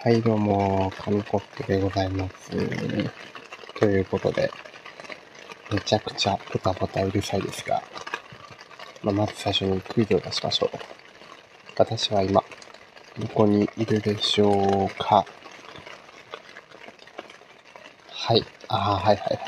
はい、どうも、紙コップでございます。ということで、めちゃくちゃポタポタうるさいですが、まず最初にクイズを出しましょう。私は今、どこにいるでしょうか？はい。はいはい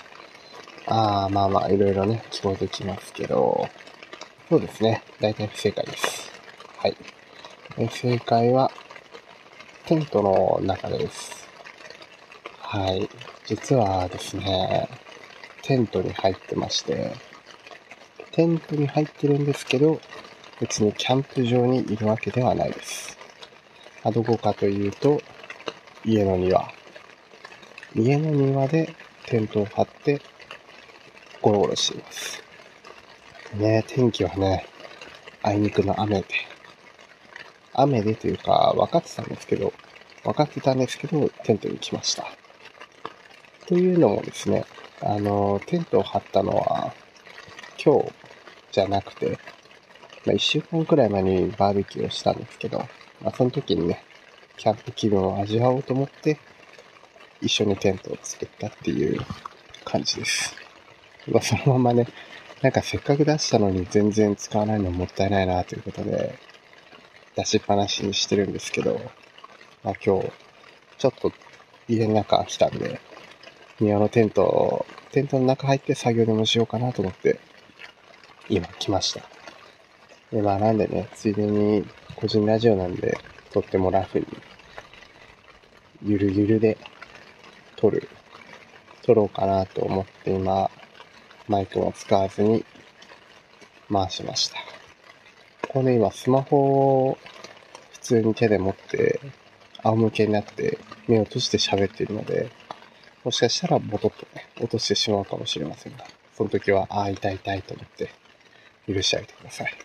はい。いろいろね、聞こえてきますけど、そうですね。大体不正解です。はい。正解は、テントの中です。はい。実はですね、テントに入ってまして、テントに入ってるんですけど、別にキャンプ場にいるわけではないです。どこかというと、家の庭。家の庭でテントを張ってゴロゴロしています。ね、天気はね、あいにくの雨でというか、分かってたんですけど、テントに来ました。というのもですね、テントを張ったのは、今日じゃなくて、1週間くらい前にバーベキューをしたんですけど、その時にね、キャンプ気分を味わおうと思って、一緒にテントを作ったっていう感じです。そのままね、なんかせっかく出したのに全然使わないのもったいないなということで、出しっぱなしにしてるんですけど、今日、ちょっと家の中来たんで、庭のテントの中入って作業でもしようかなと思って、今来ました。で、なんでね、ついでに個人ラジオなんで、とってもラフに、ゆるゆるで撮ろうかなと思って今、マイクも使わずに回しました。ここね、今スマホを普通に手で持って、仰向けになって目を閉じて喋っているので、もしかしたらボトッとね、落としてしまうかもしれませんが、その時は、痛いと思って許してあげてください。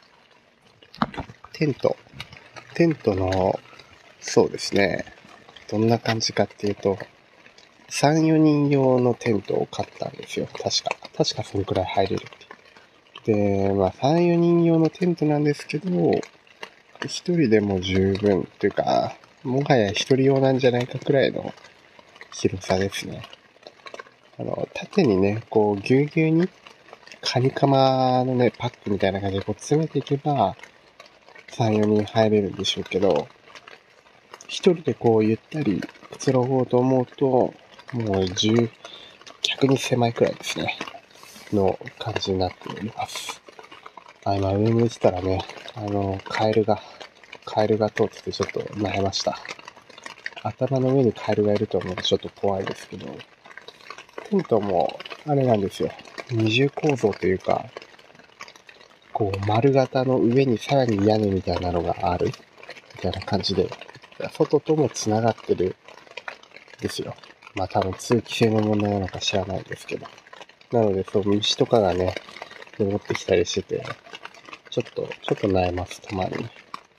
テントの、そうですね、どんな感じかっていうと、3、4人用のテントを買ったんですよ。確かそのくらい入れるって。で、3、4人用のテントなんですけど、1人でも十分というか、もはや1人用なんじゃないかくらいの広さですね。縦にね、こう、ぎゅうぎゅうに、カニカマのね、パックみたいな感じでこう詰めていけば、3、4人入れるんでしょうけど、1人でこう、ゆったりくつろごうと思うと、もう逆に狭いくらいですね。の感じになっております。今上に見てたらね、カエルが通っててちょっと萎えました。頭の上にカエルがいると思うとちょっと怖いですけど、テントも、あれなんですよ。二重構造というか、こう丸型の上にさらに屋根みたいなのがある、みたいな感じで、外とも繋がってるんですよ。多分通気性の問題なのか知らないですけど。なので、虫とかがね、登ってきたりしてて、ちょっと萎えます、たまに。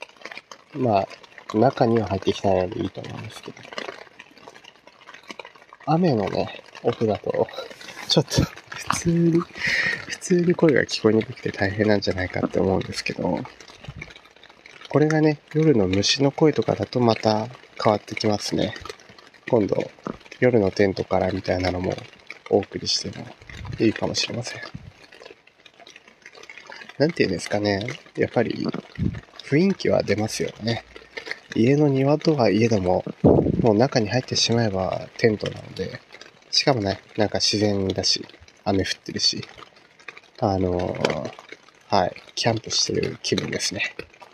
中には入ってきたいのでいいと思うんですけど。雨のね、音だと、ちょっと普通に声が聞こえにくくて大変なんじゃないかって思うんですけど、これがね、夜の虫の声とかだとまた変わってきますね。今度、夜のテントからみたいなのもお送りしてもいいかもしれません。なんていうんですかね、やっぱり雰囲気は出ますよね。家の庭とはいえども、もう中に入ってしまえばテントなので、しかもね、なんか自然だし、雨降ってるし、はい、キャンプしてる気分ですね。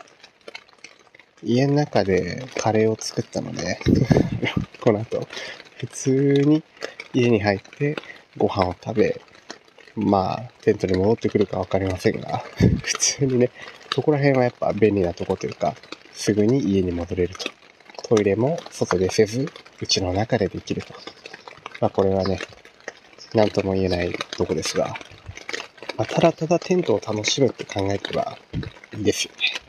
家の中でカレーを作ったので、この後、普通に家に入ってご飯を食べ、テントに戻ってくるかわかりませんが、普通にね、そこら辺はやっぱ便利なとこというか、すぐに家に戻れると。トイレも外でせず、うちの中でできると。これはね、なんとも言えないとこですが、ただただテントを楽しむって考えればいいですよね。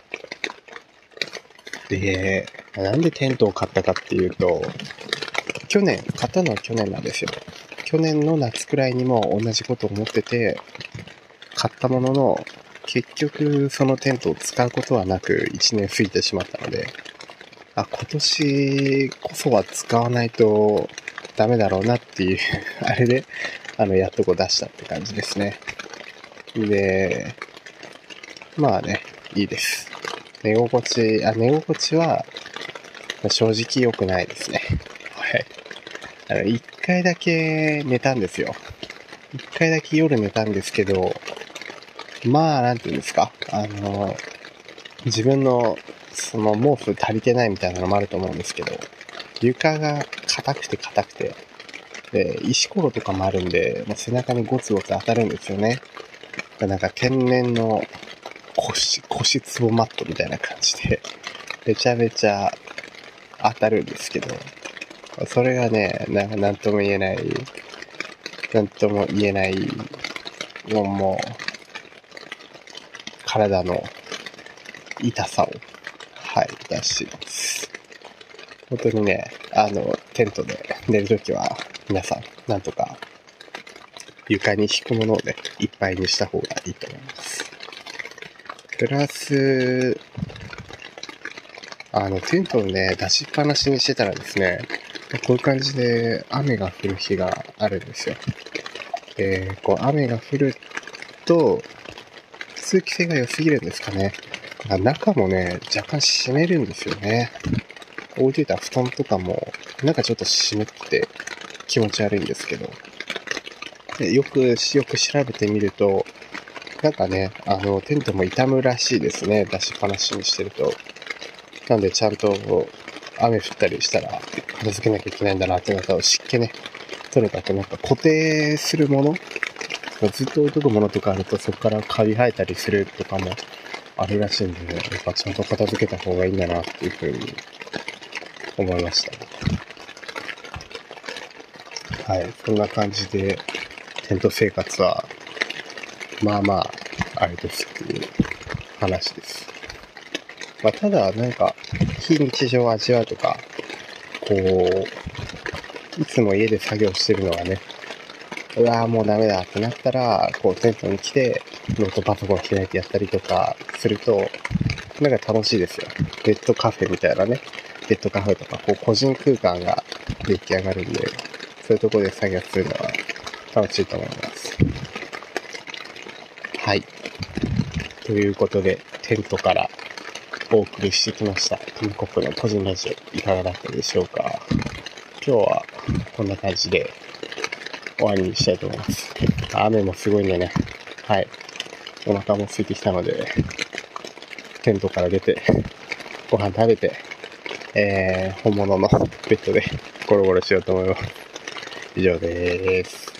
で、なんでテントを買ったかっていうと、買ったのは去年なんですよ。去年の夏くらいにも同じことを思ってて、買ったものの、結局そのテントを使うことはなく1年過ぎてしまったので、 今年こそは使わないとダメだろうなっていうあれで、やっと出したって感じですね。で、まあね、いいです。寝心地は、正直良くないですね。はい。一回だけ寝たんですよ。一回だけ夜寝たんですけど、まあ、なんていうんですか。自分の、毛布足りてないみたいなのもあると思うんですけど、床が硬くて、で、石ころとかもあるんで、背中にゴツゴツ当たるんですよね。なんか天然の腰つぼマットみたいな感じで、めちゃめちゃ当たるんですけど、それがね、なんとも言えない、もう、体の痛さを、出しています。本当にね、テントで寝るときは、皆さん、なんとか、床に敷くものをね、いっぱいにした方がいいと思います。プラス、テントをね、出しっぱなしにしてたらですね、こういう感じで雨が降る日があるんですよ。雨が降ると、通気性が良すぎるんですかね。中もね、若干湿るんですよね。置いといた布団とかも、中ちょっと湿って気持ち悪いんですけど。でよく調べてみると、なんかね、テントも傷むらしいですね。出しっぱなしにしてると。なんでちゃんと雨降ったりしたら片付けなきゃいけないんだなってなったら湿気ね。とにかくなんか固定するもの、ずっと置いとくものとかあるとそこからカビ生えたりするとかもあるらしいんで、ね、やっぱちゃんと片付けた方がいいんだなっていうふうに思いました。はい。そんな感じでテント生活はまあまああれですっていう話です。ただなんか非日常を味わうとか、こういつも家で作業してるのがね、うわーもうダメだってなったら、テントに来てノートパソコン開いてやったりとかすると、なんか楽しいですよ。ベッドカフェみたいなね、ベッドカフェとか個人空間が出来上がるんで、そういうところで作業するのは楽しいと思います。はい。ということで、テントからお送りしてきました。トムコックの個人ラジオいかがだったでしょうか。今日はこんな感じで終わりにしたいと思います。雨もすごいんでね。はい。お腹も空いてきたので、テントから出て、ご飯食べて、本物のベッドでゴロゴロしようと思います。以上です。